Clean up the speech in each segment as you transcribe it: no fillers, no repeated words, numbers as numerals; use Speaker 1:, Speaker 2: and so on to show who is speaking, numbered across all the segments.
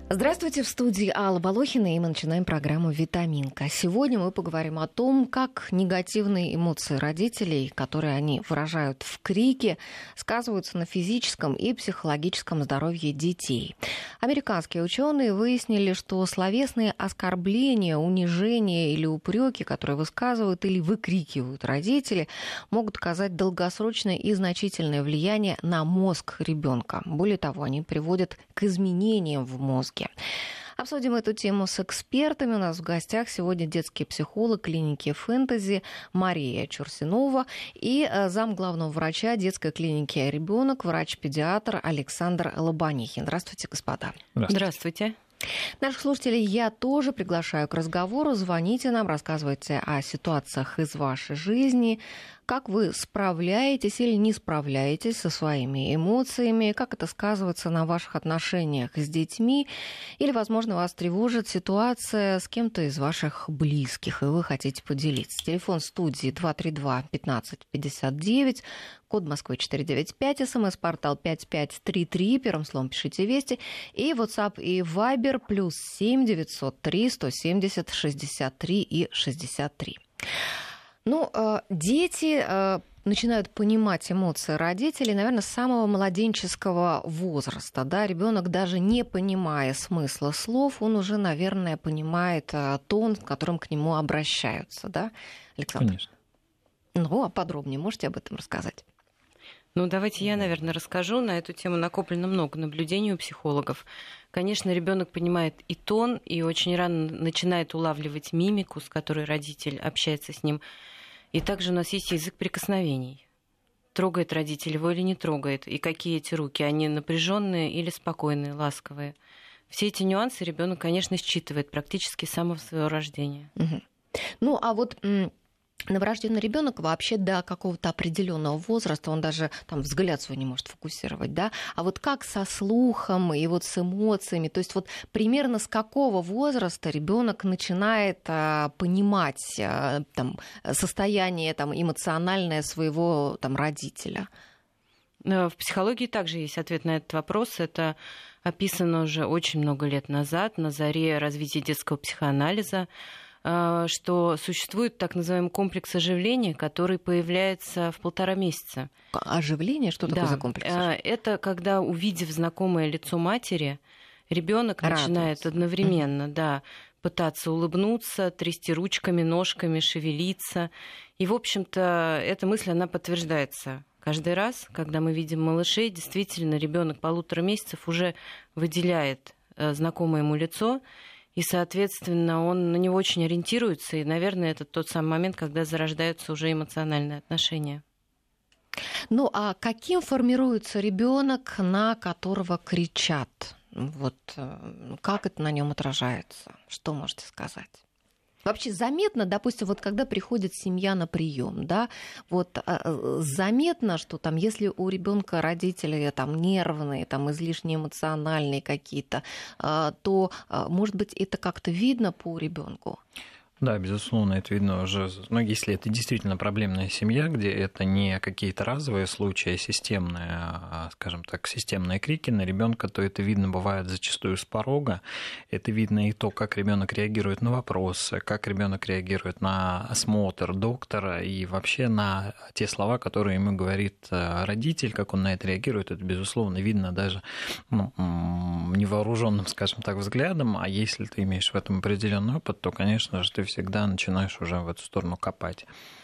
Speaker 1: Здравствуйте, в студии Алла Волохина, и мы начинаем программу «Витаминка». Сегодня мы поговорим о том, как негативные эмоции родителей, которые они выражают в крике, сказываются на физическом и психологическом здоровье детей. Американские ученые выяснили, что словесные оскорбления, унижения или упреки, которые высказывают или выкрикивают родители, могут оказать долгосрочное и значительное влияние на мозг ребенка. Более того, они приводят к изменениям в мозге. Обсудим эту тему с экспертами. У нас в гостях сегодня детский психолог клиники «Фэнтези» Мария Чурсинова и зам главного врача детской клиники «Ребенок», врач-педиатр Александр Лобанихин. Здравствуйте, господа.
Speaker 2: Здравствуйте.
Speaker 1: Наших слушателей я тоже приглашаю к разговору. Звоните нам, рассказывайте о ситуациях из вашей жизни, как вы справляетесь или не справляетесь со своими эмоциями, как это сказывается на ваших отношениях с детьми, или, возможно, вас тревожит ситуация с кем-то из ваших близких, и вы хотите поделиться. Телефон студии 232-1559, код Москвы 495, смс-портал 5533, первым словом пишите «Вести», и WhatsApp и Viber +7 903 170 63 и 63. Дети начинают понимать эмоции родителей, наверное, с самого младенческого возраста. Да? Ребенок, даже не понимая смысла слов, он уже, наверное, понимает тон, с которым к нему обращаются. Да, Александр?
Speaker 3: Конечно.
Speaker 1: А подробнее можете об этом рассказать?
Speaker 2: Давайте я, наверное, расскажу. На эту тему накоплено много наблюдений у психологов. Конечно, ребенок понимает и тон, и очень рано начинает улавливать мимику, с которой родитель общается с ним. И также у нас есть язык прикосновений. Трогает родитель его или не трогает, и какие эти руки, они напряженные или спокойные, ласковые. Все эти нюансы ребенок, конечно, считывает практически с самого своего рождения.
Speaker 1: Угу. Новорожденный ребенок вообще до какого-то определенного возраста, он даже там взгляд свой не может фокусировать, да? А вот как со слухом и вот с эмоциями, то есть вот примерно с какого возраста ребенок начинает понимать состояние эмоциональное своего родителя?
Speaker 2: В психологии также есть ответ на этот вопрос. Это описано уже очень много лет назад, на заре развития детского психоанализа, что существует так называемый комплекс оживления, который появляется в 1,5 месяца.
Speaker 1: Оживление? Что такое за комплекс?
Speaker 2: Это когда, увидев знакомое лицо матери, ребенок начинает одновременно пытаться улыбнуться, трясти ручками, ножками, шевелиться. И, в общем-то, эта мысль, она подтверждается. Каждый раз, когда мы видим малышей, действительно, ребенок 1,5 месяцев уже выделяет знакомое ему лицо, и, соответственно, он на него очень ориентируется, и, наверное, это тот самый момент, когда зарождаются уже эмоциональные отношения.
Speaker 1: А каким формируется ребенок, на которого кричат? Как это на нем отражается? Что можете сказать? Вообще заметно, допустим, когда приходит семья на прием, да, заметно, что если у ребенка родители нервные, излишне эмоциональные какие-то, то, может быть, это как-то видно по ребенку?
Speaker 3: Да, безусловно, это видно уже, если это действительно проблемная семья, где это не какие-то разовые случаи, а системные, скажем так, системные крики на ребенка, то это видно бывает зачастую с порога. Это видно и то, как ребенок реагирует на вопросы, как ребенок реагирует на осмотр доктора и вообще на те слова, которые ему говорит родитель, как он на это реагирует. Это, безусловно, видно даже невооруженным, скажем так, взглядом. А если ты имеешь в этом определенный опыт, то, конечно же, ты всегда начинаешь уже в эту сторону копать.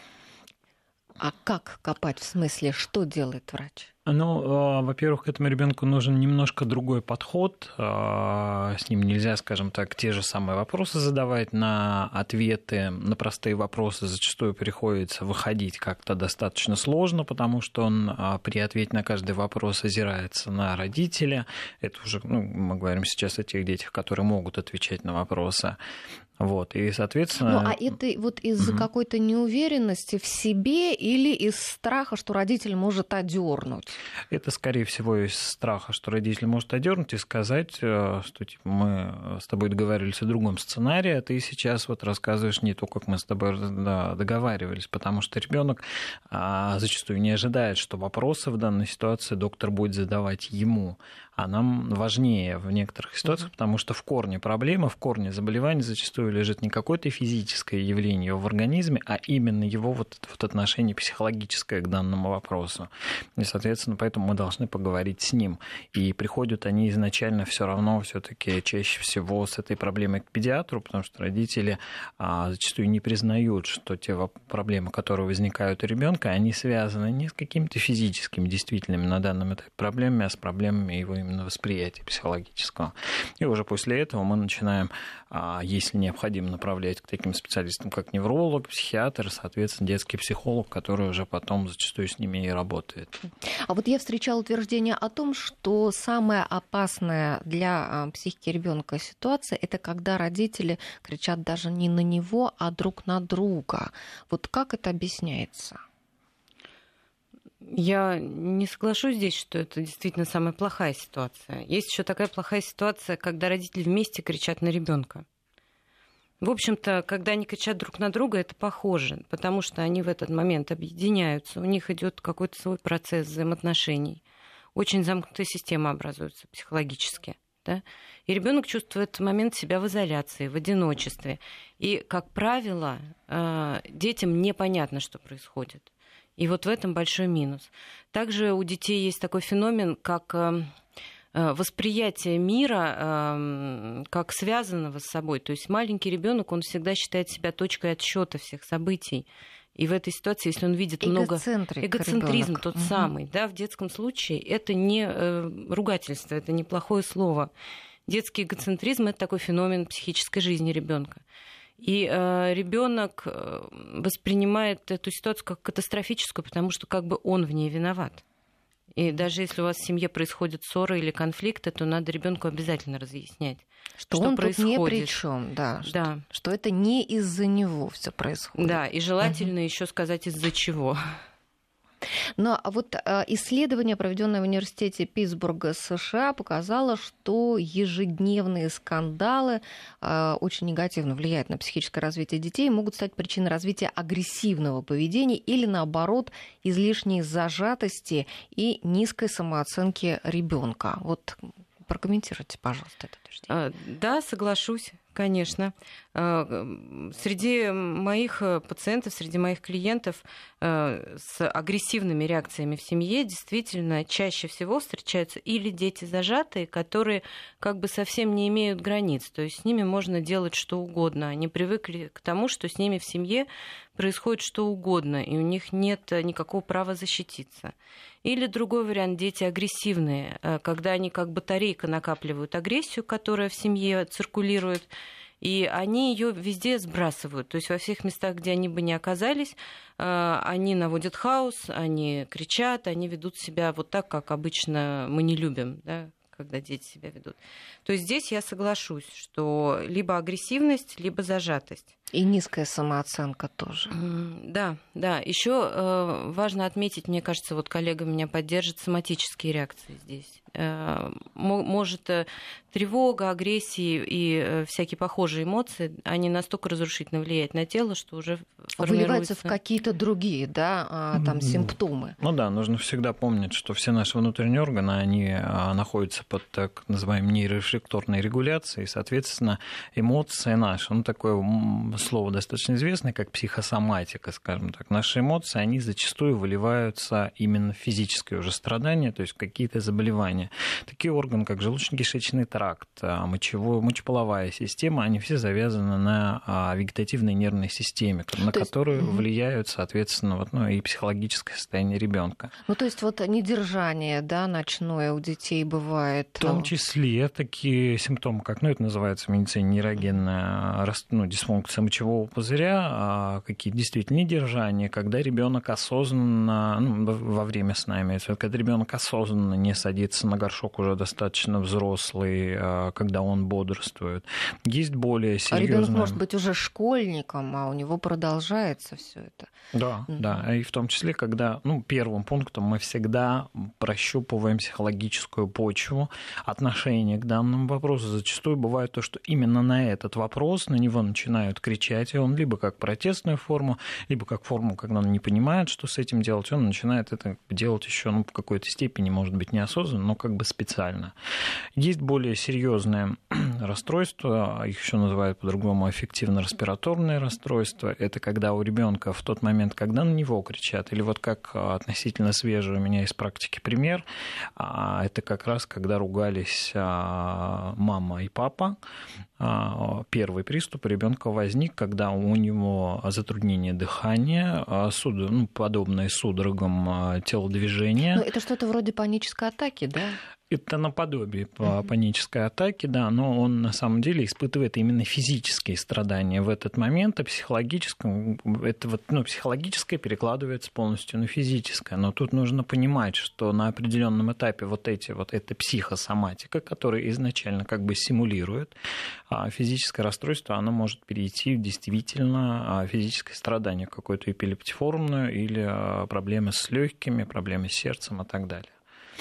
Speaker 1: А как копать? В смысле, что делает врач?
Speaker 3: Во-первых, к этому ребенку нужен немножко другой подход. С ним нельзя, скажем так, те же самые вопросы задавать. На ответы на простые вопросы зачастую приходится выходить как-то достаточно сложно, потому что он при ответе на каждый вопрос озирается на родителя. Это уже, мы говорим сейчас о тех детях, которые могут отвечать на вопросы. И, соответственно...
Speaker 1: это из-за какой-то неуверенности в себе или из страха, что родитель может одернуть?
Speaker 3: Это, скорее всего, из страха, что родитель может одернуть и сказать, что типа, мы с тобой договаривались о другом сценарии, а ты сейчас вот рассказываешь не то, как мы с тобой договаривались, потому что ребенок зачастую не ожидает, что вопросы в данной ситуации доктор будет задавать ему. А нам важнее в некоторых ситуациях, потому что в корне проблемы, в корне заболевания зачастую лежит не какое-то физическое явление в организме, а именно его вот отношение психологическое к данному вопросу. И, соответственно, поэтому мы должны поговорить с ним. И приходят они изначально все равно все-таки чаще всего с этой проблемой к педиатру, потому что родители зачастую не признают, что те проблемы, которые возникают у ребенка, они связаны не с какими-то физическими, действительными на данном этапе проблемами, а с проблемами его именно восприятия психологического. И уже после этого мы начинаем, если необходимо, направлять к таким специалистам, как невролог, психиатр, соответственно, детский психолог, который уже потом зачастую с ними и работает.
Speaker 1: А вот я встречала утверждение о том, что самая опасная для психики ребенка ситуация — это когда родители кричат даже не на него, а друг на друга. Вот как это объясняется?
Speaker 2: Я не соглашусь здесь, что это действительно самая плохая ситуация. Есть еще такая плохая ситуация, когда родители вместе кричат на ребенка. В общем-то, когда они кричат друг на друга, это похоже, потому что они в этот момент объединяются, у них идет какой-то свой процесс взаимоотношений. Очень замкнутая система образуется психологически. Да? И ребенок чувствует в этот момент себя в изоляции, в одиночестве. И, как правило, детям непонятно, что происходит. И вот в этом большой минус. Также у детей есть такой феномен, как восприятие мира как связанного с собой. То есть маленький ребенок, он всегда считает себя точкой отсчета всех событий. И в этой ситуации, если он видит много... Эгоцентризм тот самый. Да, в детском случае это не ругательство, это не плохое слово. Детский эгоцентризм — это такой феномен психической жизни ребенка. И ребенок воспринимает эту ситуацию как катастрофическую, потому что как бы он в ней виноват. И даже если у вас в семье происходят ссоры или конфликты, то надо ребенку обязательно разъяснять, что он происходит.
Speaker 1: Тут ни при чём, да. Что это не из-за него все происходит.
Speaker 2: Да, и желательно еще сказать, из-за чего.
Speaker 1: Но вот исследование, проведенное в университете Питтсбурга, США, показало, что ежедневные скандалы очень негативно влияют на психическое развитие детей, могут стать причиной развития агрессивного поведения или, наоборот, излишней зажатости и низкой самооценки ребенка. Вот прокомментируйте, пожалуйста, это утверждение.
Speaker 2: Да, соглашусь. Конечно. Среди моих пациентов, среди моих клиентов с агрессивными реакциями в семье действительно чаще всего встречаются или дети зажатые, которые как бы совсем не имеют границ, то есть с ними можно делать что угодно. Они привыкли к тому, что с ними в семье происходит что угодно, и у них нет никакого права защититься. Или другой вариант — дети агрессивные, когда они как батарейка накапливают агрессию, которая в семье циркулирует, и они ее везде сбрасывают. То есть во всех местах, где они бы не оказались, они наводят хаос, они кричат, они ведут себя вот так, как обычно мы не любим, да, когда дети себя ведут. То есть здесь я соглашусь, что либо агрессивность, либо зажатость.
Speaker 1: И низкая самооценка тоже.
Speaker 2: Да, да. Еще важно отметить, мне кажется, вот коллега меня поддержит, соматические реакции здесь. Может, тревога, агрессия и всякие похожие эмоции, они настолько разрушительно влияют на тело, что уже
Speaker 1: выливаются в какие-то другие, да, там, симптомы.
Speaker 3: Ну да, нужно всегда помнить, что все наши внутренние органы, они находятся под так называемой нейрорефлекторной регуляцией, и, соответственно, эмоции наши, такое слово достаточно известное, как психосоматика, скажем так. Наши эмоции, они зачастую выливаются именно в физическое уже страдание, то есть какие-то заболевания. Такие органы, как желудочно-кишечный тракт, мочеполовая система, они все завязаны на вегетативной нервной системе, на которую влияют, соответственно, и психологическое состояние ребенка.
Speaker 1: То есть недержание, да, ночное у детей бывает.
Speaker 3: В том числе такие симптомы, как, это называется в медицине нейрогенная дисфункция мочевого пузыря, какие действительно недержания, когда ребенок осознанно, во время сна имеется, когда ребенок осознанно не садится на на горшок уже достаточно взрослый, когда он бодрствует. Есть более серьезные...
Speaker 1: Ребенок может быть уже школьником, а у него продолжается все это.
Speaker 3: Да, да. И в том числе, когда первым пунктом мы всегда прощупываем психологическую почву отношения к данному вопросу. Зачастую бывает то, что именно на этот вопрос на него начинают кричать, и он либо как протестную форму, либо как форму, когда он не понимает, что с этим делать, он начинает это делать еще в какой-то степени, может быть, неосознанно, но как бы специально. Есть более серьезные расстройства, их еще называют по-другому аффективно-респираторные расстройства. Это когда у ребенка в тот момент, когда на него кричат, или вот как относительно свежий у меня из практики пример, это как раз когда ругались мама и папа. Первый приступ ребенка возник, когда у него затруднение дыхания, подобное судорогам телодвижения.
Speaker 1: Это что-то вроде панической атаки, да?
Speaker 3: Это наподобие панической атаки, да, но он на самом деле испытывает именно физические страдания в этот момент, а психологическое перекладывается полностью на физическое. Но тут нужно понимать, что на определенном этапе эта психосоматика, которая изначально как бы симулирует физическое расстройство, оно может перейти в действительно физическое страдание, какое-то эпилептиформное или проблемы с легкими, проблемы с сердцем и так далее.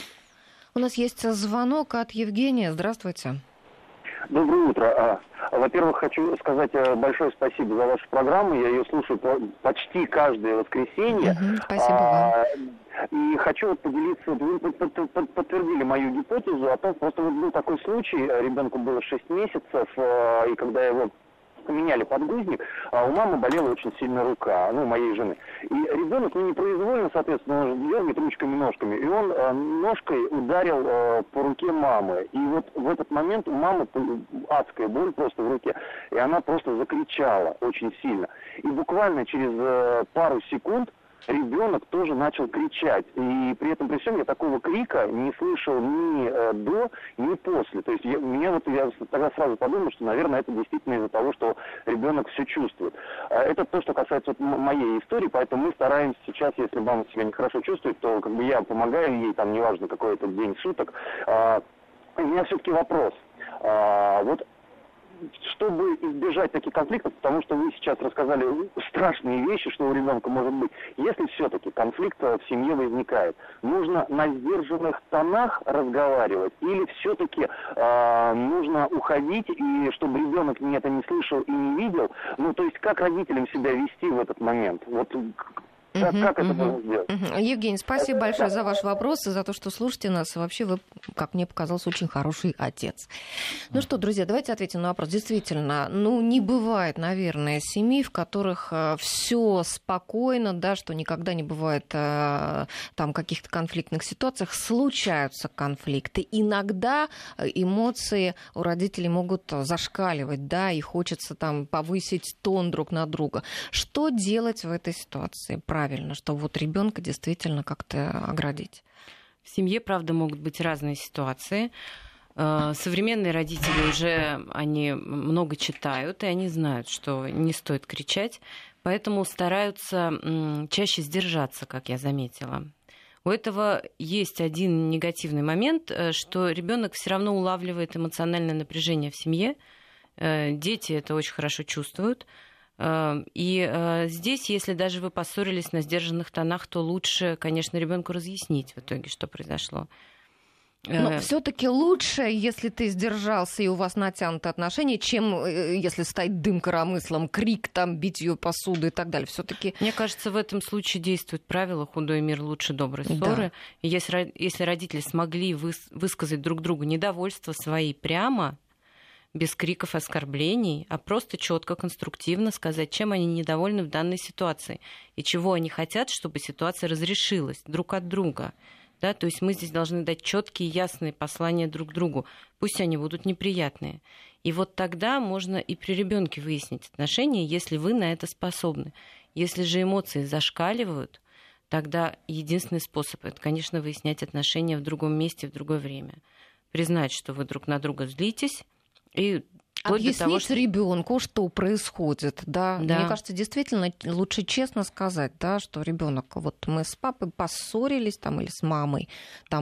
Speaker 1: У нас есть звонок от Евгения. Здравствуйте.
Speaker 4: Доброе утро. Во-первых, хочу сказать большое спасибо за вашу программу. Я ее слушаю почти каждое воскресенье.
Speaker 1: Спасибо вам.
Speaker 4: И хочу поделиться, вы подтвердили мою гипотезу о том, просто был такой случай, ребенку было 6 месяцев, и когда его поменяли подгузник, а у мамы болела очень сильно рука, моей жены. И ребенок, непроизвольно, соответственно, он дергает ручками-ножками, и он ножкой ударил по руке мамы. И вот в этот момент у мамы адская боль просто в руке, и она просто закричала очень сильно. И буквально через пару секунд ребенок тоже начал кричать. И при этом, при всем, я такого крика не слышал ни до, ни после. То есть я тогда сразу подумал, что, наверное, это действительно из-за того, что ребенок все чувствует. Это то, что касается моей истории, поэтому мы стараемся сейчас, если мама себя нехорошо чувствует, то как бы я помогаю ей, там, неважно, какой это день, суток. У меня все-таки вопрос. Чтобы избежать таких конфликтов, потому что вы сейчас рассказали страшные вещи, что у ребенка может быть, если все-таки конфликт в семье возникает, нужно на сдержанных тонах разговаривать, или все-таки нужно уходить, и чтобы ребенок это не слышал и не видел, то есть как родителям себя вести в этот момент? Как это можно сделать?
Speaker 1: Евгений, спасибо большое за ваш вопрос и за то, что слушаете нас. Вообще вы, как мне показалось, очень хороший отец. Ну что, друзья, давайте ответим на вопрос. Действительно, не бывает, наверное, семей, в которых все спокойно, да, что никогда не бывает там каких-то конфликтных ситуациях. Случаются конфликты. Иногда эмоции у родителей могут зашкаливать, да, и хочется там повысить тон друг на друга. Что делать в этой ситуации? Правильно, чтобы ребенка действительно как-то оградить.
Speaker 2: В семье, правда, могут быть разные ситуации. Современные родители уже они много читают, и они знают, что не стоит кричать, поэтому стараются чаще сдержаться, как я заметила. У этого есть один негативный момент, что ребенок все равно улавливает эмоциональное напряжение в семье. Дети это очень хорошо чувствуют. И здесь, если даже вы поссорились на сдержанных тонах, то лучше, конечно, ребенку разъяснить в итоге, что произошло.
Speaker 1: Но все-таки лучше, если ты сдержался и у вас натянуты отношения, чем если стоит дым коромыслом, крик, там, битье посуды и так далее. Все-таки.
Speaker 2: Мне кажется, в этом случае действует правило «худой мир лучше доброй ссоры». Да. И если родители смогли высказать друг другу недовольство свои прямо, без криков, оскорблений, а просто четко, конструктивно сказать, чем они недовольны в данной ситуации и чего они хотят, чтобы ситуация разрешилась друг от друга. Да? То есть мы здесь должны дать четкие, ясные послания друг другу, пусть они будут неприятные. И вот тогда можно и при ребенке выяснить отношения, если вы на это способны. Если же эмоции зашкаливают, тогда единственный способ – это, конечно, выяснять отношения в другом месте, в другое время. Признать, что вы друг на друга злитесь, и
Speaker 1: объяснить ребенку, что происходит, да? Мне кажется, действительно лучше честно сказать, да, что ребенок, мы с папой поссорились там или с мамой, там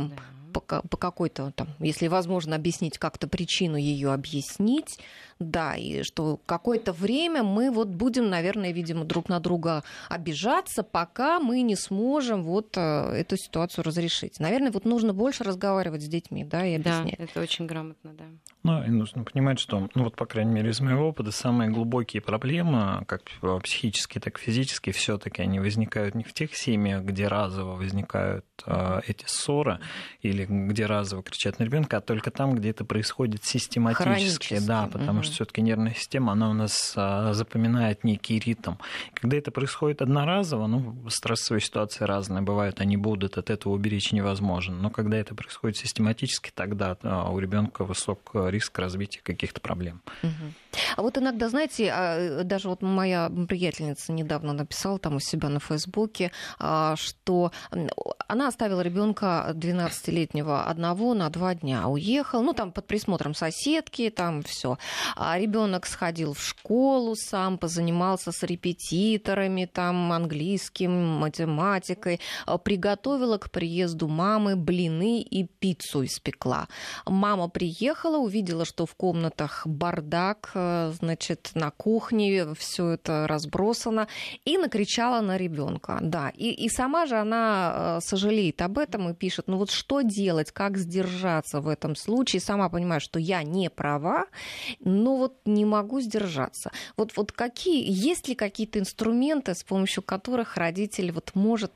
Speaker 1: по какой-то там, если возможно объяснить как-то причину, ее объяснить, да, и что какое-то время мы вот будем, наверное, видимо, друг на друга обижаться, пока мы не сможем вот эту ситуацию разрешить. Наверное, вот нужно больше разговаривать с детьми, да, и объяснять.
Speaker 2: Да, это очень грамотно, да.
Speaker 3: Ну, и нужно понимать, что, ну, вот, по крайней мере, из моего опыта, самые глубокие проблемы, как психические, так и физические, все-таки они возникают не в тех семьях, где разово возникают эти ссоры, или где разово кричат на ребенка, а только там, где это происходит систематически. Да, потому что все-таки нервная система, она у нас запоминает некий ритм. Когда это происходит одноразово, ну, стрессовые ситуации разные бывают, они будут, от этого уберечь невозможно. Но когда это происходит систематически, тогда у ребенка высок риск развития каких-то проблем.
Speaker 1: А вот иногда, знаете, даже вот моя приятельница недавно написала там у себя на Фейсбуке, что она оставила ребенка 12-летнего одного на 2 дня, уехал, ну там под присмотром соседки, там все. А ребенок сходил в школу сам, позанимался с репетиторами, там английским, математикой, приготовила к приезду мамы блины и пиццу испекла. Мама приехала, увидела, что в комнатах бардак, значит, на кухне все это разбросано, и накричала на ребенка. Да, и сама же она сожалеет об этом и пишет, ну вот что делать, как сдержаться в этом случае, сама понимаю, что я не права, но вот не могу сдержаться. Вот какие, есть ли какие-то инструменты, с помощью которых родитель вот может,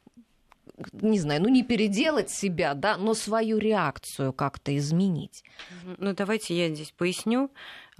Speaker 1: не знаю, ну не переделать себя, да, но свою реакцию как-то изменить?
Speaker 2: Ну давайте я здесь поясню.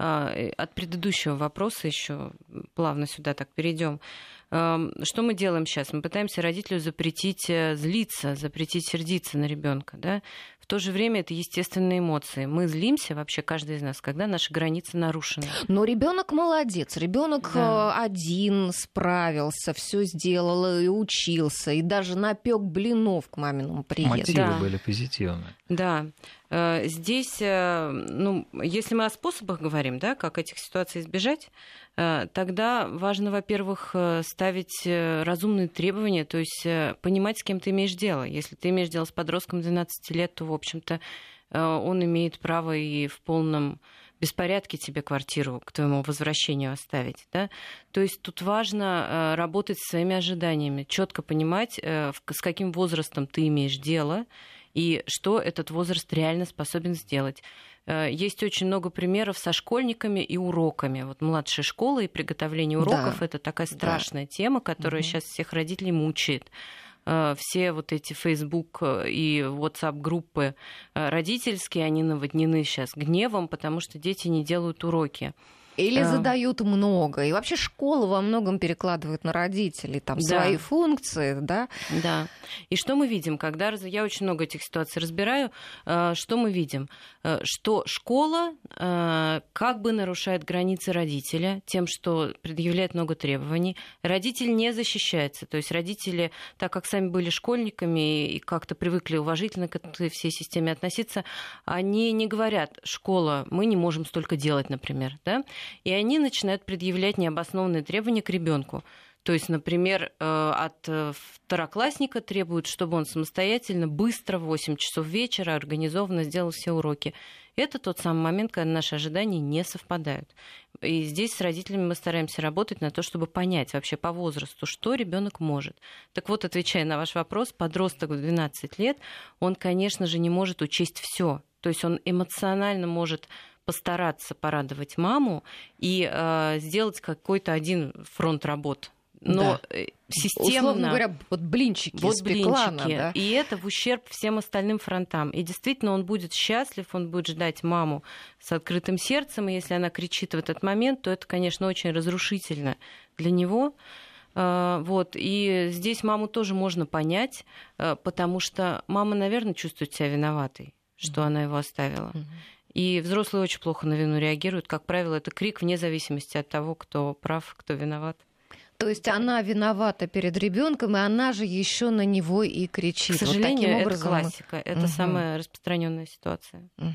Speaker 2: От предыдущего вопроса еще плавно сюда так перейдем. Что мы делаем сейчас? Мы пытаемся родителю запретить злиться, запретить сердиться на ребенка, да? В то же время это естественные эмоции. Мы злимся, вообще каждый из нас, когда наши границы нарушены.
Speaker 1: Но ребенок молодец, ребенок один справился, все сделал и учился, и даже напек блинов к маминому приезду.
Speaker 3: Мотивы были позитивные.
Speaker 2: Да. Здесь, ну, если мы о способах говорим, да, как этих ситуаций избежать, тогда важно, во-первых, ставить разумные требования, то есть понимать, с кем ты имеешь дело. Если ты имеешь дело с подростком 12 лет, то, в общем-то, он имеет право и в полном беспорядке тебе квартиру к твоему возвращению оставить. Да? То есть тут важно работать со своими ожиданиями, четко понимать, с каким возрастом ты имеешь дело, и что этот возраст реально способен сделать. Есть очень много примеров со школьниками и уроками. Вот младшая школа и приготовление уроков это такая страшная тема, которая сейчас всех родителей мучает. Все вот эти Facebook и WhatsApp-группы родительские, они наводнены сейчас гневом, потому что дети не делают уроки.
Speaker 1: Или задают много. И вообще школа во многом перекладывает на родителей там свои функции, да?
Speaker 2: Да. И что мы видим, когда я очень много этих ситуаций разбираю, что мы видим? Что школа как бы нарушает границы родителя тем, что предъявляет много требований. Родитель не защищается. То есть родители, так как сами были школьниками и как-то привыкли уважительно к этой всей системе относиться, они не говорят: школа, мы не можем столько делать, например, да? И они начинают предъявлять необоснованные требования к ребенку. То есть, например, от второклассника требуют, чтобы он самостоятельно, быстро, в 8 часов вечера организованно сделал все уроки. Это тот самый момент, когда наши ожидания не совпадают. И здесь с родителями мы стараемся работать на то, чтобы понять вообще по возрасту, что ребенок может. Так вот, отвечая на ваш вопрос, подросток в 12 лет, он, конечно же, не может учесть все. То есть он эмоционально может постараться порадовать маму и сделать какой-то один фронт работ. Но системно...
Speaker 1: Условно говоря, вот блинчики
Speaker 2: вот
Speaker 1: испекла
Speaker 2: блинчики.
Speaker 1: Да?
Speaker 2: И это в ущерб всем остальным фронтам. И действительно он будет счастлив, он будет ждать маму с открытым сердцем. И если она кричит в этот момент, то это, конечно, очень разрушительно для него. Вот. И здесь маму тоже можно понять, потому что мама, наверное, чувствует себя виноватой, что она его оставила. И взрослые очень плохо на вину реагируют. Как правило, это крик вне зависимости от того, кто прав, кто виноват.
Speaker 1: То есть она виновата перед ребенком, и она же еще на него и кричит.
Speaker 2: К сожалению,
Speaker 1: вот таким
Speaker 2: это
Speaker 1: образом...
Speaker 2: классика. Это самая распространенная ситуация.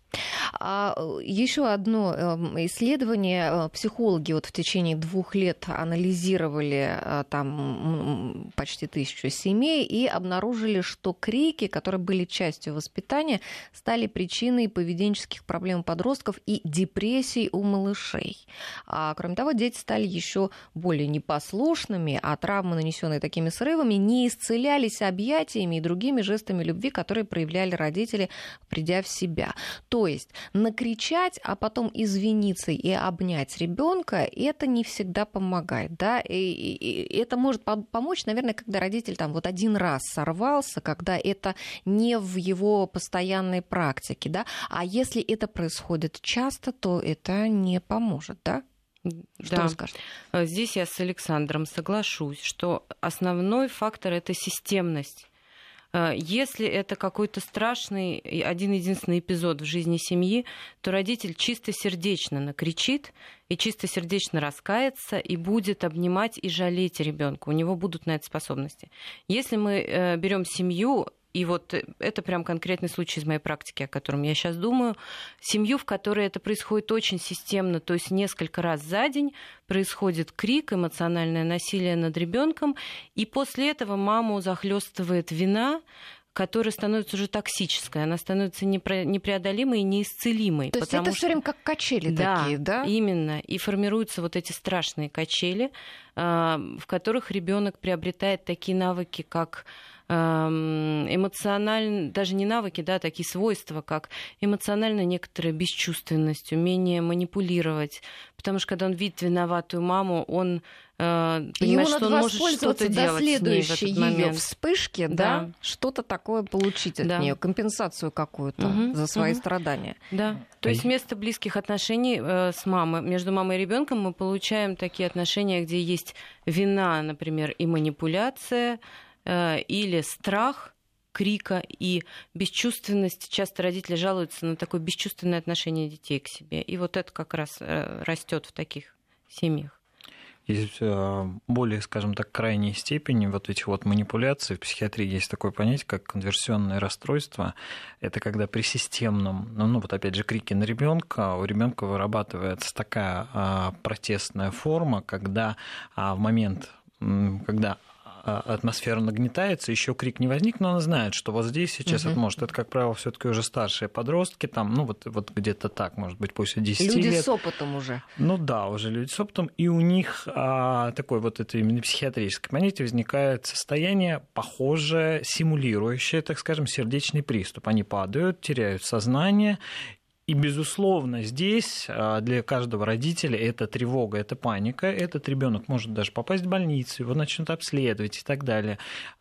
Speaker 1: Еще одно исследование. Психологи в течение 2 лет анализировали там почти 1000 семей и обнаружили, что крики, которые были частью воспитания, стали причиной поведенческих проблем у подростков и депрессий у малышей. Кроме того, дети стали еще более непослушными, а травмы, нанесенные такими срывами, не исцелялись объятиями и другими жестами любви, которые проявляли родители, придя в себя. То есть накричать, а потом извиниться и обнять ребенка, это не всегда помогает, да, и это может помочь, наверное, когда родитель там один раз сорвался, когда это не в его постоянной практике, да, а если это происходит часто, то это не поможет, да? Что вы скажете?
Speaker 2: Здесь я с Александром соглашусь, что основной фактор — это системность. Если это какой-то страшный, один-единственный эпизод в жизни семьи, то родитель чистосердечно накричит и чистосердечно раскается и будет обнимать и жалеть ребенка. У него будут на это способности. Если мы берем семью, и это прям конкретный случай из моей практики, о котором я сейчас думаю, семью, в которой это происходит очень системно, то есть несколько раз за день происходит крик, эмоциональное насилие над ребенком, и после этого маму захлестывает вина, которая становится уже токсической, она становится непреодолимой и неисцелимой.
Speaker 1: То есть это все время как качели такие, да?
Speaker 2: Именно. И формируются эти страшные качели, в которых ребенок приобретает такие навыки, как эмоционально, даже не навыки, да, такие свойства, как эмоционально некоторая бесчувственность, умение манипулировать. Потому что когда он видит виноватую маму, он понимает, что он может что-то делать с ней в этот момент.
Speaker 1: Вспышки, да, что-то такое получить от нее, компенсацию какую-то за свои страдания.
Speaker 2: Да. То есть вместо близких отношений с мамой, между мамой и ребенком мы получаем такие отношения, где есть вина, например, и манипуляция, или страх крика и бесчувственность. Часто родители жалуются на такое бесчувственное отношение детей к себе. И это как раз растет в таких семьях.
Speaker 3: Есть более, скажем так, крайней степени этих манипуляций. В психиатрии есть такое понятие, как конверсионное расстройство. Это когда при системном, опять же, крике на ребенка, у ребенка вырабатывается такая протестная форма, когда в момент, когда атмосфера нагнетается, еще крик не возник, но он знает, что здесь сейчас это может. Это, как правило, все-таки уже старшие подростки, там, где-то так, может быть, после 10 лет.
Speaker 1: Люди с опытом уже.
Speaker 3: Уже люди с опытом, и у них такое это именно психиатрическое понятие возникает состояние, похожее, симулирующее, так скажем, сердечный приступ. Они падают, теряют сознание. И, безусловно, здесь для каждого родителя это тревога, это паника. Этот ребенок может даже попасть в больницу, его начнут обследовать и так далее.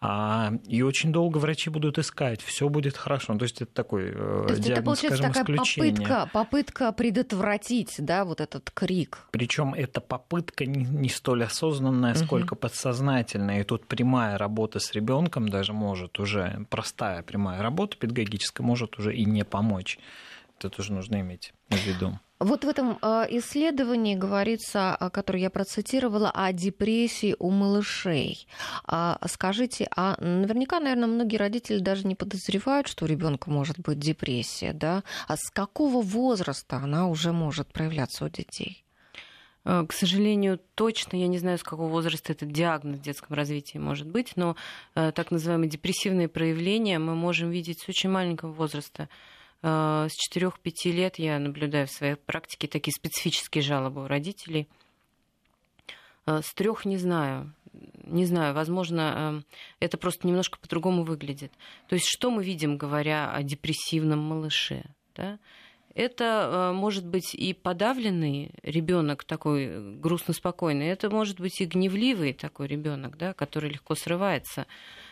Speaker 3: И очень долго врачи будут искать, все будет хорошо. То есть это такой диагноз, скажем, исключение.
Speaker 1: Попытка предотвратить, да, этот крик.
Speaker 3: Причем эта попытка не столь осознанная, сколько подсознательная. И тут прямая работа с ребенком даже может уже, простая прямая работа педагогическая может уже и не помочь. Это тоже нужно иметь в виду.
Speaker 1: В этом исследовании говорится, которое я процитировала, о депрессии у малышей. Скажите, наверняка, наверное, многие родители даже не подозревают, что у ребенка может быть депрессия, да? А с какого возраста она уже может проявляться у детей?
Speaker 2: К сожалению, точно я не знаю, с какого возраста этот диагноз в детском развитии может быть, но так называемые депрессивные проявления мы можем видеть с очень маленького возраста. С 4-5 лет я наблюдаю в своей практике такие специфические жалобы у родителей. С 3 не знаю. Не знаю, возможно, это просто немножко по-другому выглядит. То есть что мы видим, говоря о депрессивном малыше? Да? Это может быть и подавленный ребенок такой грустно-спокойный, это может быть и гневливый такой ребенок, да, который легко срывается.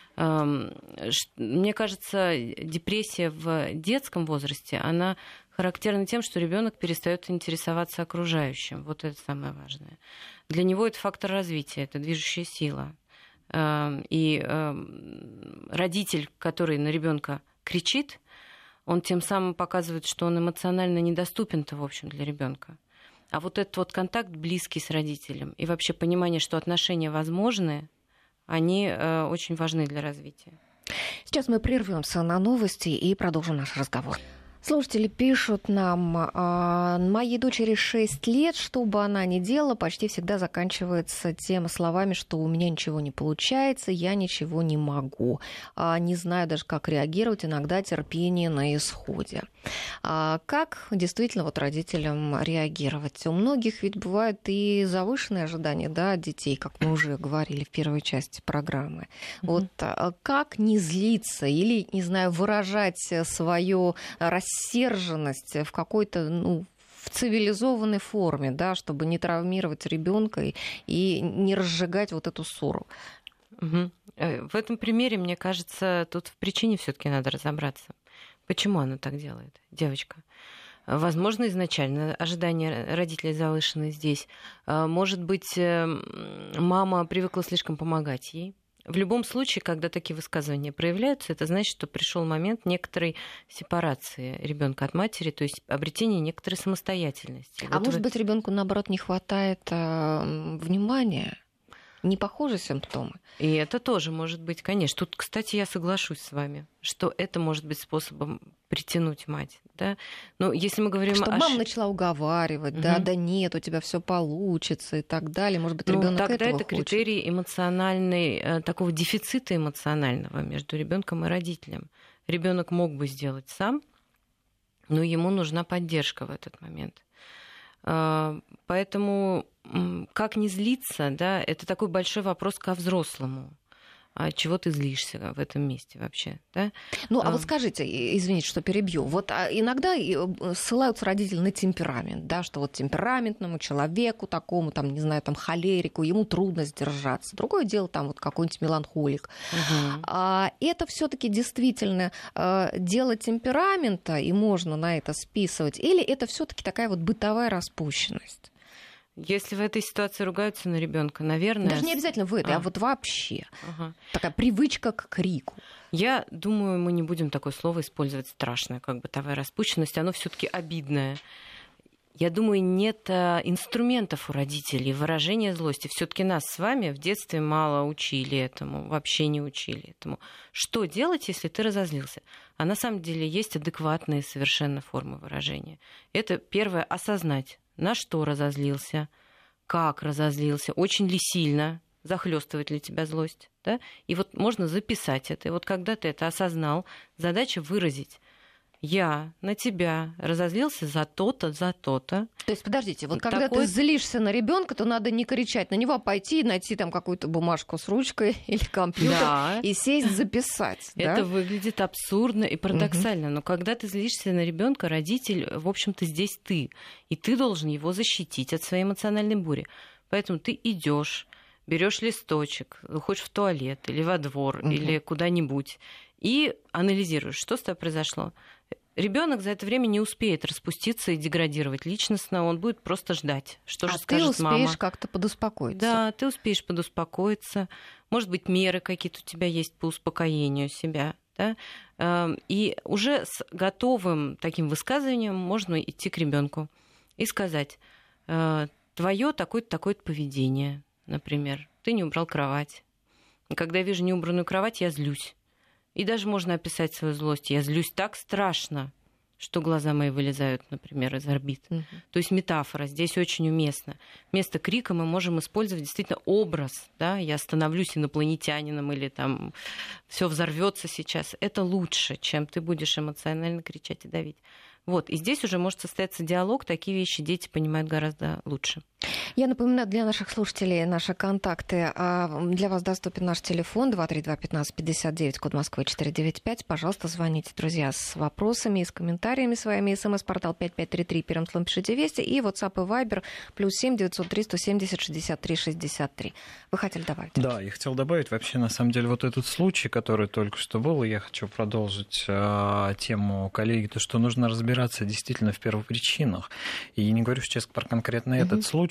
Speaker 2: Мне кажется, депрессия в детском возрасте, она характерна тем, что ребенок перестает интересоваться окружающим. Это самое важное. Для него это фактор развития, это движущая сила. И родитель, который на ребенка кричит, он тем самым показывает, что он эмоционально недоступен-то, в общем, для ребенка. А этот контакт близкий с родителем и вообще понимание, что отношения возможны, они очень важны для развития.
Speaker 1: Сейчас мы прервемся на новости и продолжим наш разговор. Слушатели пишут нам: моей дочери 6 лет, что бы она ни делала, почти всегда заканчивается теми словами, что у меня ничего не получается, я ничего не могу. Не знаю даже, как реагировать, иногда терпение на исходе. Как действительно вот родителям реагировать? У многих ведь бывают и завышенные ожидания, да, от детей, как мы уже говорили в первой части программы. Вот как не злиться или, не знаю, выражать свою рассерженность в какой-то, в цивилизованной форме, да, чтобы не травмировать ребенка и не разжигать вот эту ссору.
Speaker 2: В этом примере, мне кажется, тут в причине все-таки надо разобраться. Почему она так делает, девочка? Возможно, изначально ожидания родителей завышены здесь. Может быть, мама привыкла слишком помогать ей. В любом случае, когда такие высказывания проявляются, это значит, что пришел момент некоторой сепарации ребенка от матери, то есть обретения некоторой самостоятельности.
Speaker 1: А вот может быть, ребенку наоборот не хватает внимания? Не похожи симптомы?
Speaker 2: И это тоже может быть, конечно. Тут, кстати, я соглашусь с вами, что это может быть способом притянуть мать. Да? Но если мы говорим
Speaker 1: что мама начала уговаривать, да нет, у тебя все получится и так далее. Может быть, ребенок этого
Speaker 2: тогда это
Speaker 1: хочет.
Speaker 2: критерий эмоциональный, такого дефицита эмоционального между ребенком и родителем. Ребенок мог бы сделать сам, но ему нужна поддержка в этот момент. Поэтому как не злиться, да, это такой большой вопрос ко взрослому. А чего ты злишься в этом месте вообще, да?
Speaker 1: А вот скажите, извините, что перебью. Вот иногда ссылаются родители на темперамент, да, что вот темпераментному человеку такому, там, не знаю, там, холерику, ему трудно сдержаться. Другое дело, там, вот какой-нибудь меланхолик. Это все-таки действительно дело темперамента, и можно на это списывать, или это все-таки такая вот бытовая распущенность?
Speaker 2: Если в этой ситуации ругаются на ребенка, наверное...
Speaker 1: Даже не обязательно в этой, а вот вообще. Такая привычка к крику.
Speaker 2: Я думаю, мы не будем такое слово использовать страшное, как бытовая распущенность. Оно все-таки обидное. Я думаю, нет инструментов у родителей выражения злости. Все-таки нас с вами в детстве мало учили этому, вообще не учили этому. Что делать, если ты разозлился? А на самом деле есть адекватные совершенно формы выражения. Это первое — осознать, на что разозлился, как разозлился, очень ли сильно, захлестывает ли тебя злость. Да? И вот можно записать это. И вот когда ты это осознал, задача выразить. Я на тебя разозлился за то-то, за то-то.
Speaker 1: То есть, подождите, вот когда ты злишься на ребенка, то надо не кричать на него, а пойти и найти там какую-то бумажку с ручкой или компьютер и сесть записать.
Speaker 2: Это выглядит абсурдно и парадоксально. Но когда ты злишься на ребенка, родитель, в общем-то, здесь ты. И ты должен его защитить от своей эмоциональной бури. Поэтому ты идешь, берешь листочек, уходишь в туалет или во двор, или куда-нибудь, и анализируешь, что с тобой произошло. Ребенок за это время не успеет распуститься и деградировать личностно, он будет просто ждать, что же скажет мама.
Speaker 1: А ты успеешь как-то подуспокоиться.
Speaker 2: Да, ты успеешь подуспокоиться. Может быть, меры какие-то у тебя есть по успокоению себя. Да? И уже с готовым таким высказыванием можно идти к ребенку и сказать: твое такое-то, такое-то поведение, например, ты не убрал кровать. И когда я вижу неубранную кровать, я злюсь. И даже можно описать свою злость. Я злюсь так страшно, что глаза мои вылезают, например, из орбит. То есть метафора здесь очень уместна. Вместо крика мы можем использовать действительно образ. Да? Я становлюсь инопланетянином или там все взорвется сейчас. Это лучше, чем ты будешь эмоционально кричать и давить. Вот. И здесь уже может состояться диалог. Такие вещи дети понимают гораздо лучше.
Speaker 1: Я напоминаю для наших слушателей наши контакты. Для вас доступен наш телефон 232-1559, код Москвы 495. Пожалуйста, звоните, друзья, с вопросами и с комментариями своими. СМС-портал 5533, первым словом пишите «Вести». И WhatsApp и Viber +7 903 170 63 63. Вы хотели добавить?
Speaker 3: Да, я хотел добавить. Вообще, на самом деле, вот этот случай, который только что был, я хочу продолжить тему коллеги, то, что нужно разбираться действительно в первопричинах. И не говорю сейчас про конкретно этот случай,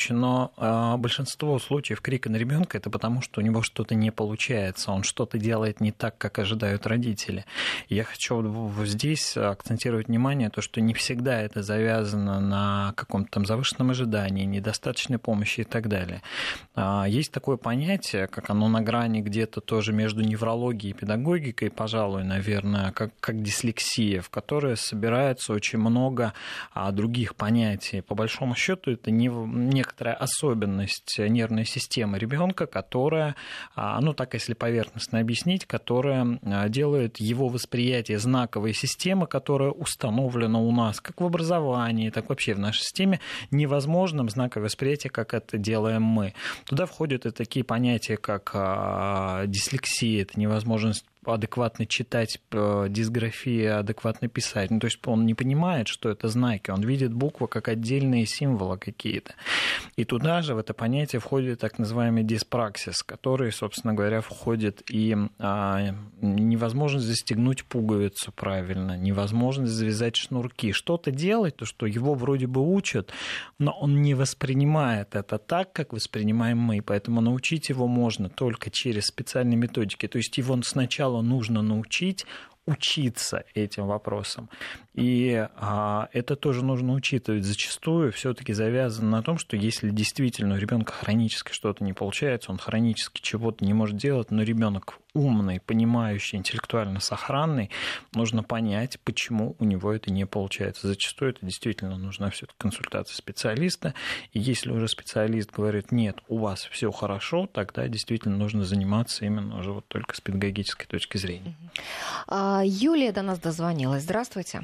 Speaker 3: случае, но большинство случаев крика на ребенка это потому, что у него что-то не получается, он что-то делает не так, как ожидают родители. Я хочу здесь акцентировать внимание, то, что не всегда это завязано на каком-то там завышенном ожидании, недостаточной помощи и так далее. Есть такое понятие, как оно на грани где-то тоже между неврологией и педагогикой, пожалуй, наверное, как дислексия, в которой собирается очень много других понятий. По большому счету, это некоторая особенность нервной системы ребенка, которая, так если поверхностно объяснить, которая делает его восприятие знаковой системы, которая установлена у нас как в образовании, так вообще в нашей системе, невозможным знаковое восприятие, как это делаем мы. Туда входят и такие понятия, как дислексия, это невозможность адекватно читать, дисграфия, адекватно писать. То есть он не понимает, что это знаки, он видит буквы как отдельные символы какие-то. И туда же в это понятие входит так называемый диспраксис, который, собственно говоря, входит и невозможность застегнуть пуговицу правильно, невозможность завязать шнурки, что-то делать, то, что его вроде бы учат, но он не воспринимает это так, как воспринимаем мы, поэтому научить его можно только через специальные методики. То есть его сначала нужно научить учиться этим вопросам. И это тоже нужно учитывать. Зачастую все-таки завязано на том, что если действительно у ребенка хронически что-то не получается, он хронически чего-то не может делать, но ребенок умный, понимающий, интеллектуально сохранный, нужно понять, почему у него это не получается. Зачастую это действительно нужна все-таки консультация специалиста. И если уже специалист говорит, нет, у вас все хорошо, тогда действительно нужно заниматься именно уже вот только с педагогической точки зрения.
Speaker 1: Юлия до нас дозвонилась. Здравствуйте.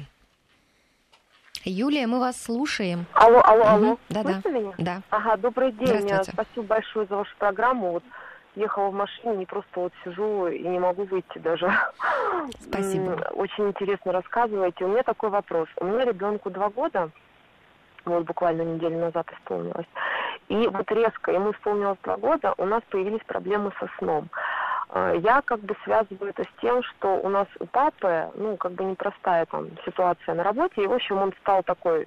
Speaker 1: Юлия, мы вас слушаем.
Speaker 5: Алло.
Speaker 1: Да-да.
Speaker 5: Слышите меня?
Speaker 1: Да.
Speaker 5: Ага, добрый день.
Speaker 1: Здравствуйте.
Speaker 5: Спасибо большое за вашу программу. Вот ехала в машине, не просто вот сижу и не могу выйти даже.
Speaker 1: Спасибо.
Speaker 5: Очень интересно рассказываете. У меня такой вопрос. У меня ребенку 2 года, вот буквально неделю назад исполнилось. И вот резко ему исполнилось 2 года, у нас появились проблемы со сном. Я как бы связываю это с тем, что у нас у папы, непростая там ситуация на работе, и, в общем, он стал такой,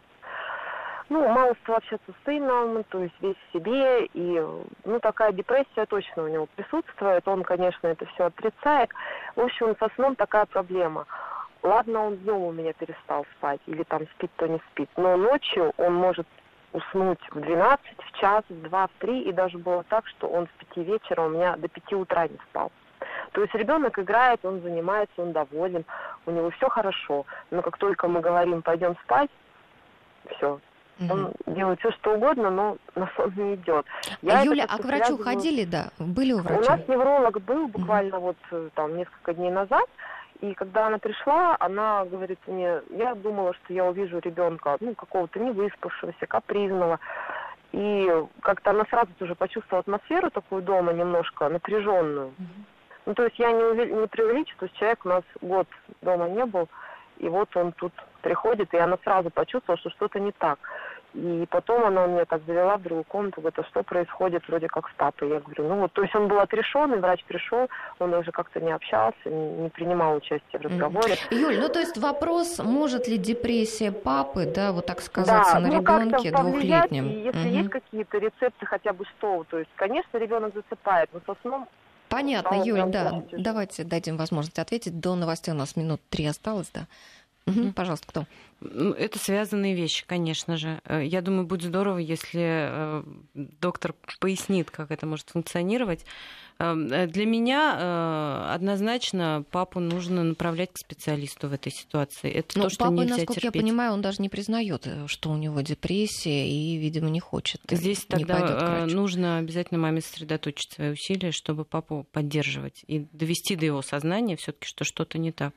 Speaker 5: мало стал общаться с сыном, то есть весь в себе, и, такая депрессия точно у него присутствует, он, конечно, это все отрицает. В общем, со сном такая проблема. Ладно, он днем у меня перестал спать, или там спит, то не спит, но ночью он может уснуть в 12, в час, в 2, в 3, и даже было так, что он с 5 вечера у меня до 5 утра не спал. То есть ребенок играет, он занимается, он доволен, у него все хорошо. Но как только мы говорим, пойдем спать, все. Он делает все, что угодно, но на сон не идет.
Speaker 1: Юля, а к врачу ходили, да? Были у врача?
Speaker 5: У нас невролог был буквально несколько дней назад. И когда она пришла, она говорит мне, я думала, что я увижу ребенка, какого-то невыспавшегося, капризного. И как-то она сразу тоже почувствовала атмосферу такую дома немножко напряженную. То есть я не преувеличу, то есть человек у нас год дома не был, и вот он тут приходит, и она сразу почувствовала, что что-то не так. И потом она меня так завела в другую комнату, говорит, а что происходит вроде как с папой? Я говорю, то есть он был отрешенный, врач пришел, он уже как-то не общался, не принимал участия в разговоре.
Speaker 1: Юль, то есть вопрос, может ли депрессия папы, вот так сказаться, на ребенке двухлетнем?
Speaker 5: Если есть какие-то рецепты хотя бы что, то есть, конечно, ребенок засыпает, но со сном...
Speaker 1: Понятно, Юль, да. Давайте дадим возможность ответить. До новостей у нас минут 3 осталось, да. Пожалуйста, кто?
Speaker 2: Это связанные вещи, конечно же. Я думаю, будет здорово, если доктор пояснит, как это может функционировать. Для меня однозначно папу нужно направлять к специалисту в этой ситуации. Это то, что
Speaker 1: папа,
Speaker 2: нельзя
Speaker 1: насколько
Speaker 2: терпеть.
Speaker 1: Я понимаю, он даже не признает, что у него депрессия и, видимо, не хочет.
Speaker 2: Здесь тогда нужно обязательно маме сосредоточить свои усилия, чтобы папу поддерживать и довести до его сознания все-таки, что что-то не так.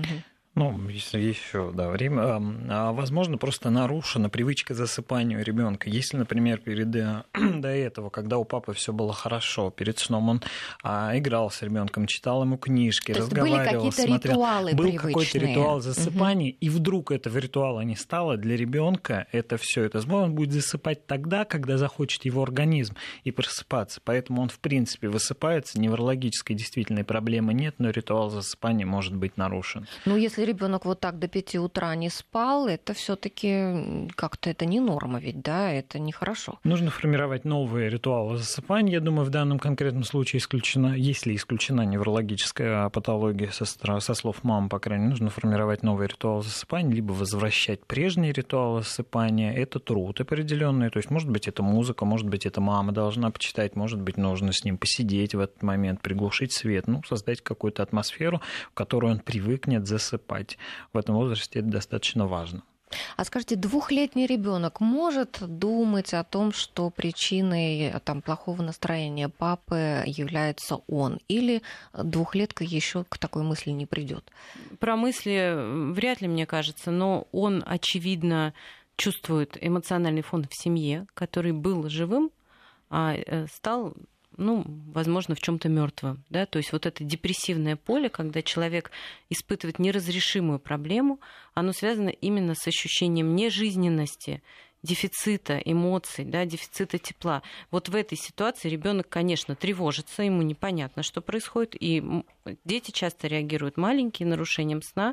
Speaker 3: Если еще время, возможно, просто нарушена привычка засыпания у ребенка. Если, например, до этого, когда у папы все было хорошо, перед сном он играл с ребенком, читал ему книжки, разговаривал, смотрел, был какой-то ритуал засыпания, и вдруг этого ритуала не стало, для ребенка это все, он будет засыпать тогда, когда захочет его организм и просыпаться. Поэтому он, в принципе, высыпается, неврологической действительно проблемы нет, но ритуал засыпания может быть нарушен.
Speaker 1: Если ребенок вот так до 5 утра не спал, это все-таки как-то это не норма, ведь, да, это нехорошо.
Speaker 3: Нужно формировать новые ритуалы засыпания. Я думаю, в данном конкретном случае исключена, если исключена неврологическая патология со слов мамы, по крайней мере, нужно формировать новые ритуалы засыпания, либо возвращать прежние ритуалы засыпания. Это труд определенный, то есть, может быть, это музыка, может быть, это мама должна почитать, может быть, нужно с ним посидеть в этот момент, приглушить свет, создать какую-то атмосферу, в которой он привыкнет засыпать. В этом возрасте это достаточно важно.
Speaker 1: А скажите, 2-летний ребенок может думать о том, что причиной плохого настроения папы является он, или 2-летка еще к такой мысли не придет?
Speaker 2: Про мысли вряд ли, мне кажется, но он, очевидно, чувствует эмоциональный фон в семье, который был живым, а стал, возможно, в чем-то мертвым. Да? То есть вот это депрессивное поле, когда человек испытывает неразрешимую проблему, оно связано именно с ощущением нежизненности, дефицита эмоций, да, дефицита тепла. Вот в этой ситуации ребенок, конечно, тревожится, ему непонятно, что происходит, и дети часто реагируют маленькие нарушением сна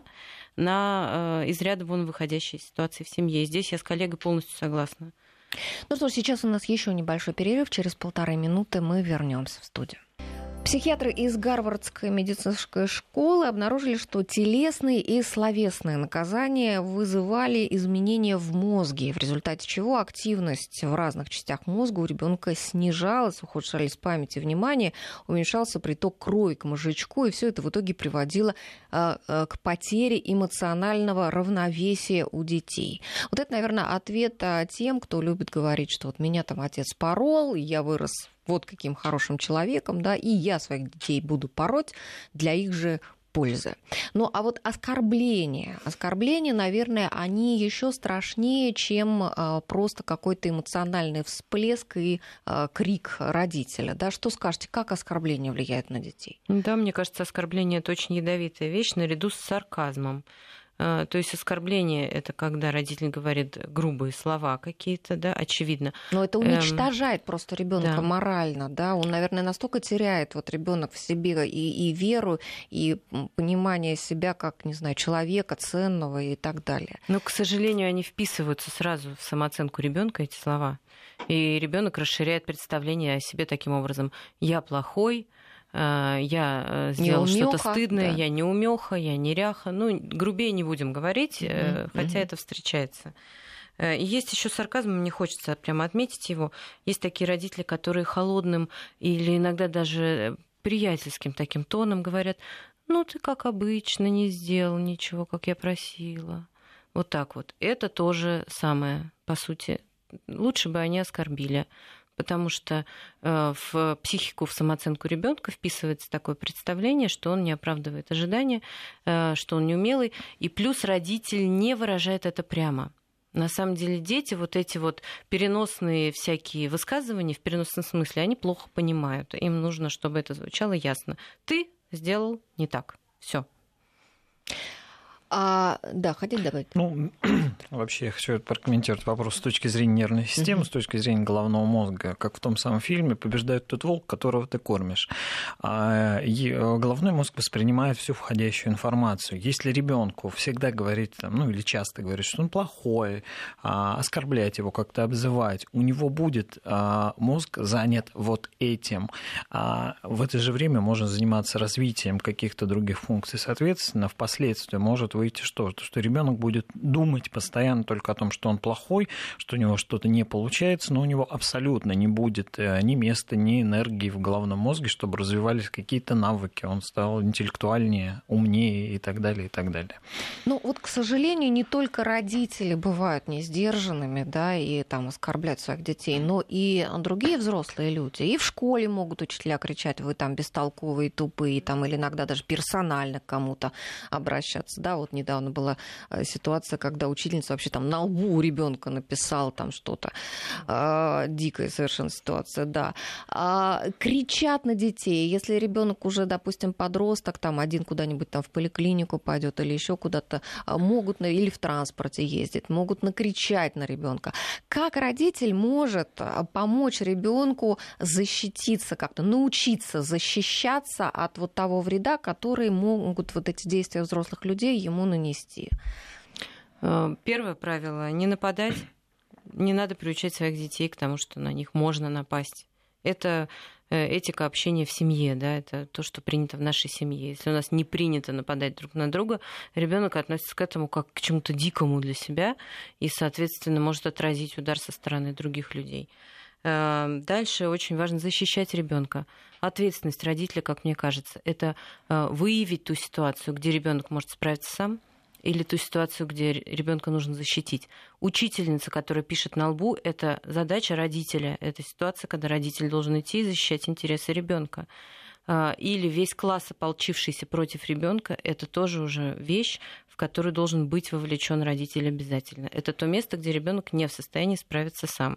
Speaker 2: на из ряда вон выходящие ситуации в семье. И здесь я с коллегой полностью согласна.
Speaker 1: Ну что ж, сейчас у нас еще небольшой перерыв. Через 1,5 минуты мы вернемся в студию. Психиатры из Гарвардской медицинской школы обнаружили, что телесные и словесные наказания вызывали изменения в мозге, в результате чего активность в разных частях мозга у ребенка снижалась, ухудшались память и внимание, уменьшался приток крови к мозжечку, и все это в итоге приводило к потере эмоционального равновесия у детей. Вот это, наверное, ответ тем, кто любит говорить, что вот меня там отец порол, я вырос вот каким хорошим человеком, да, и я своих детей буду пороть для их же пользы. Ну, а вот оскорбления, наверное, они еще страшнее, чем просто какой-то эмоциональный всплеск и крик родителя, да. Что скажете, как оскорбление влияет на детей?
Speaker 2: Да, мне кажется, оскорбление — это очень ядовитая вещь, наряду с сарказмом. То есть оскорбление — это когда родитель говорит грубые слова какие-то, да, очевидно.
Speaker 1: Но это уничтожает просто ребенка морально, да. Он, наверное, настолько теряет вот ребенок в себе и веру, и понимание себя как, не знаю, человека ценного и так далее.
Speaker 2: Но, к сожалению, они вписываются сразу в самооценку ребенка, эти слова. И ребенок расширяет представление о себе таким образом: я плохой, я сделал что-то стыдное, да. Я неумеха, я неряха. Грубее не будем говорить, хотя это встречается. И есть еще сарказм, мне хочется прямо отметить его. Есть такие родители, которые холодным или иногда даже приятельским таким тоном говорят: ты как обычно не сделал ничего, как я просила. Вот так вот. Это тоже самое, по сути. Лучше бы они оскорбили. Потому что в психику, в самооценку ребенка вписывается такое представление, что он не оправдывает ожидания, что он неумелый, и плюс родитель не выражает это прямо. На самом деле дети вот эти вот переносные всякие высказывания в переносном смысле, они плохо понимают. Им нужно, чтобы это звучало ясно. Ты сделал не так. Все.
Speaker 1: Да, хотите добавить?
Speaker 3: Вообще я хочу прокомментировать вопрос с точки зрения нервной системы, с точки зрения головного мозга. Как в том самом фильме «Побеждает тот волк, которого ты кормишь». Головной мозг воспринимает всю входящую информацию. Если ребенку всегда говорить, или часто говорить, что он плохой, оскорблять его, как-то обзывать, у него будет мозг занят вот этим. В это же время можно заниматься развитием каких-то других функций. Соответственно, впоследствии может выйти что ребенок будет думать постоянно только о том, что он плохой, что у него что-то не получается, но у него абсолютно не будет ни места, ни энергии в головном мозге, чтобы развивались какие-то навыки, он стал интеллектуальнее, умнее и так далее, и так далее.
Speaker 1: К сожалению, не только родители бывают несдержанными, да, и оскорбляют своих детей, но и другие взрослые люди. И в школе могут учителя кричать: вы бестолковые, тупые, или иногда даже персонально к кому-то обращаться, да. Вот недавно была ситуация, когда учительница вообще на лбу у ребенка написала что-то. Дикая совершенно ситуация, да. Кричат на детей. Если ребенок уже, допустим, подросток, один куда-нибудь в поликлинику пойдет или еще куда-то, могут или в транспорте ездить, могут накричать на ребенка. Как родитель может помочь ребенку защититься как-то, научиться защищаться от того вреда, который могут эти действия взрослых людей ему ему нанести?
Speaker 2: Первое правило — не нападать. Не надо приучать своих детей к тому, что на них можно напасть. Это этика общения в семье, да, это то, что принято в нашей семье. Если у нас не принято нападать друг на друга, ребенок относится к этому как к чему-то дикому для себя и, соответственно, может отразить удар со стороны других людей. Дальше очень важно защищать ребенка. Ответственность родителя, как мне кажется, это выявить ту ситуацию, где ребенок может справиться сам, или ту ситуацию, где ребенка нужно защитить. Учительница, которая пишет на лбу, это задача родителя. Это ситуация, когда родитель должен идти и защищать интересы ребенка. Или весь класс, ополчившийся против ребенка, это тоже уже вещь, в которую должен быть вовлечен родитель обязательно. Это то место, где ребенок не в состоянии справиться сам.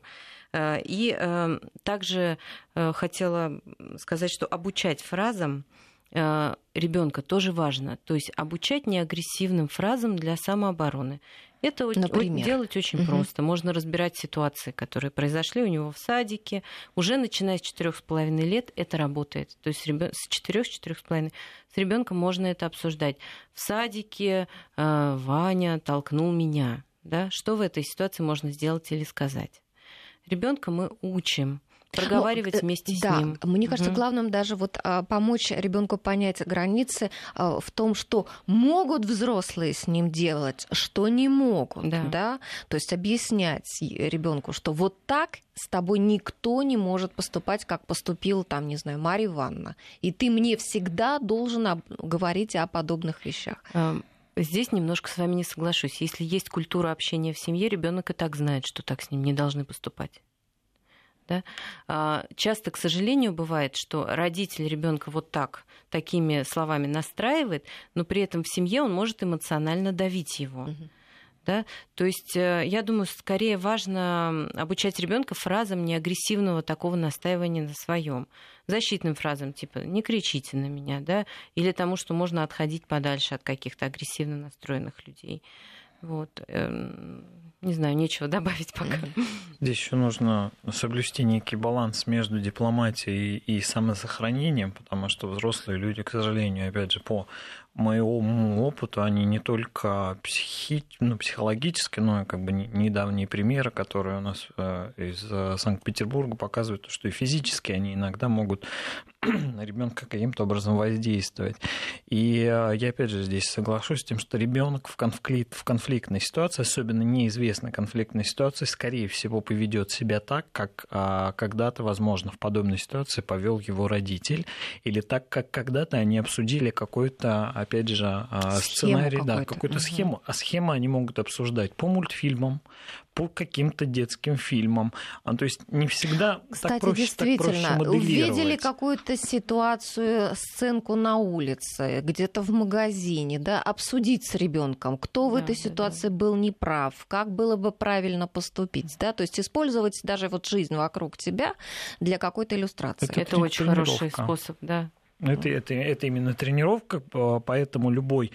Speaker 2: И также хотела сказать, что обучать фразам ребенка тоже важно. То есть обучать неагрессивным фразам для самообороны. Это делать очень просто. Можно разбирать ситуации, которые произошли у него в садике. Уже начиная с 4,5 лет это работает. То есть с 4-4,5 с ребенком можно это обсуждать. В садике Ваня толкнул меня. Да? Что в этой ситуации можно сделать или сказать? Ребенка мы учим проговаривать вместе с ним.
Speaker 1: Мне кажется, главным даже помочь ребенку понять границы в том, что могут взрослые с ним делать, что не могут. Да? То есть объяснять ребенку, что вот так с тобой никто не может поступать, как поступила, там, не знаю, Марья Ивановна. И ты мне всегда должен говорить о подобных вещах.
Speaker 2: Здесь немножко с вами не соглашусь. Если есть культура общения в семье, ребенок и так знает, что так с ним не должны поступать. Да? Часто, к сожалению, бывает, что родитель ребенка вот такими словами настраивает, но при этом в семье он может эмоционально давить его. Да? То есть, я думаю, скорее важно обучать ребенка фразам неагрессивного такого настаивания на своем. Защитным фразам, типа «не кричите на меня», да? Или тому, что можно отходить подальше от каких-то агрессивно настроенных людей. Вот. Не знаю, нечего добавить пока.
Speaker 3: Здесь еще нужно соблюсти некий баланс между дипломатией и самосохранением, потому что взрослые люди, к сожалению, опять же, по моему опыту, они не только психологически, но и недавние примеры, которые у нас из Санкт-Петербурга показывают, что и физически они иногда могут на ребенка каким-то образом воздействовать. И я опять же здесь соглашусь с тем, что ребенок в конфликтной ситуации, особенно неизвестной конфликтной ситуации, скорее всего поведет себя так, как когда-то, возможно, в подобной ситуации повел его родитель, или так, как когда-то они обсудили какой-то, опять же, сценарий, какую-то схему. А схемы они могут обсуждать по мультфильмам, по каким-то детским фильмам. То есть не всегда так проще моделировать.
Speaker 1: Увидели какую-то ситуацию, сценку на улице, где-то в магазине, да, обсудить с ребенком, кто в этой ситуации был неправ, как было бы правильно поступить. Да? То есть использовать даже жизнь вокруг тебя для какой-то иллюстрации.
Speaker 2: Это очень хороший способ, да.
Speaker 3: Это именно тренировка, поэтому любой...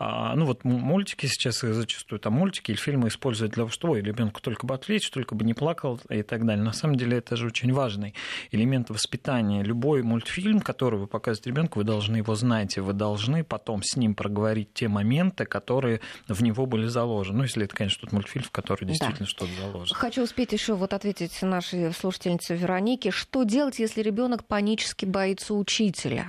Speaker 3: мультики сейчас зачастую, мультики или фильмы используют для того, чтобы ребенку только бы отвлечь, только бы не плакал и так далее. На самом деле это же очень важный элемент воспитания. Любой мультфильм, который вы показываете ребенку, вы должны его знать, и вы должны потом с ним проговорить те моменты, которые в него были заложены. Если это, конечно, тот мультфильм, в который действительно что-то заложено.
Speaker 1: Хочу успеть еще ответить нашей слушательнице Веронике. Что делать, если ребенок панически боится учителя?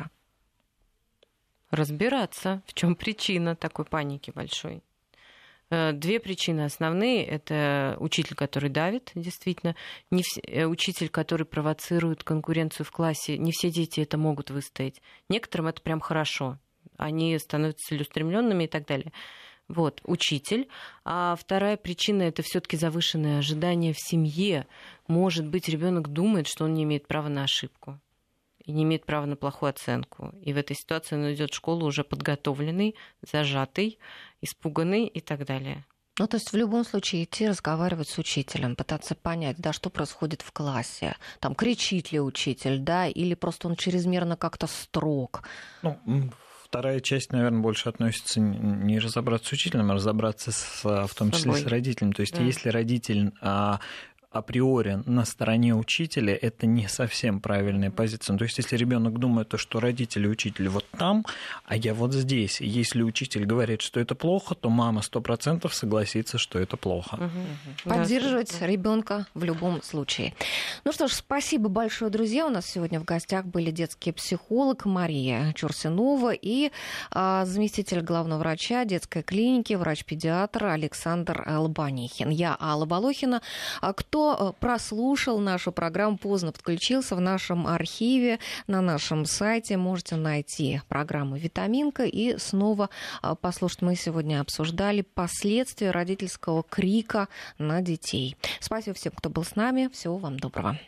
Speaker 2: Разбираться, в чем причина такой паники большой. Две причины основные. Это учитель, который давит, действительно. Учитель, который провоцирует конкуренцию в классе. Не все дети это могут выстоять. Некоторым это прям хорошо. Они становятся целеустремленными и так далее. Вот, учитель. А вторая причина — это все-таки завышенное ожидание в семье. Может быть, ребенок думает, что он не имеет права на ошибку и не имеет права на плохую оценку. И в этой ситуации он идет в школу уже подготовленный, зажатый, испуганный и так далее.
Speaker 1: То есть в любом случае идти разговаривать с учителем, пытаться понять, что происходит в классе. Кричит ли учитель, или просто он чрезмерно как-то строг.
Speaker 3: Вторая часть, наверное, больше относится не разобраться с учителем, а разобраться в том числе с родителем. То есть если родитель априори на стороне учителя, это не совсем правильная позиция. То есть, если ребенок думает, что родители и учитель вот там, а я вот здесь, если учитель говорит, что это плохо, то мама 100% согласится, что это плохо.
Speaker 1: Поддерживать ребенка в любом случае. Ну что ж, спасибо большое, друзья. У нас сегодня в гостях были детский психолог Мария Чурсинова и заместитель главного врача детской клиники, врач-педиатр Александр Лобанихин. Я Алла Волохина. Кто прослушал нашу программу, поздно подключился, в нашем архиве, на нашем сайте можете найти программу «Витаминка» и снова послушать. Мы сегодня обсуждали последствия родительского крика на детей. Спасибо всем, кто был с нами. Всего вам доброго.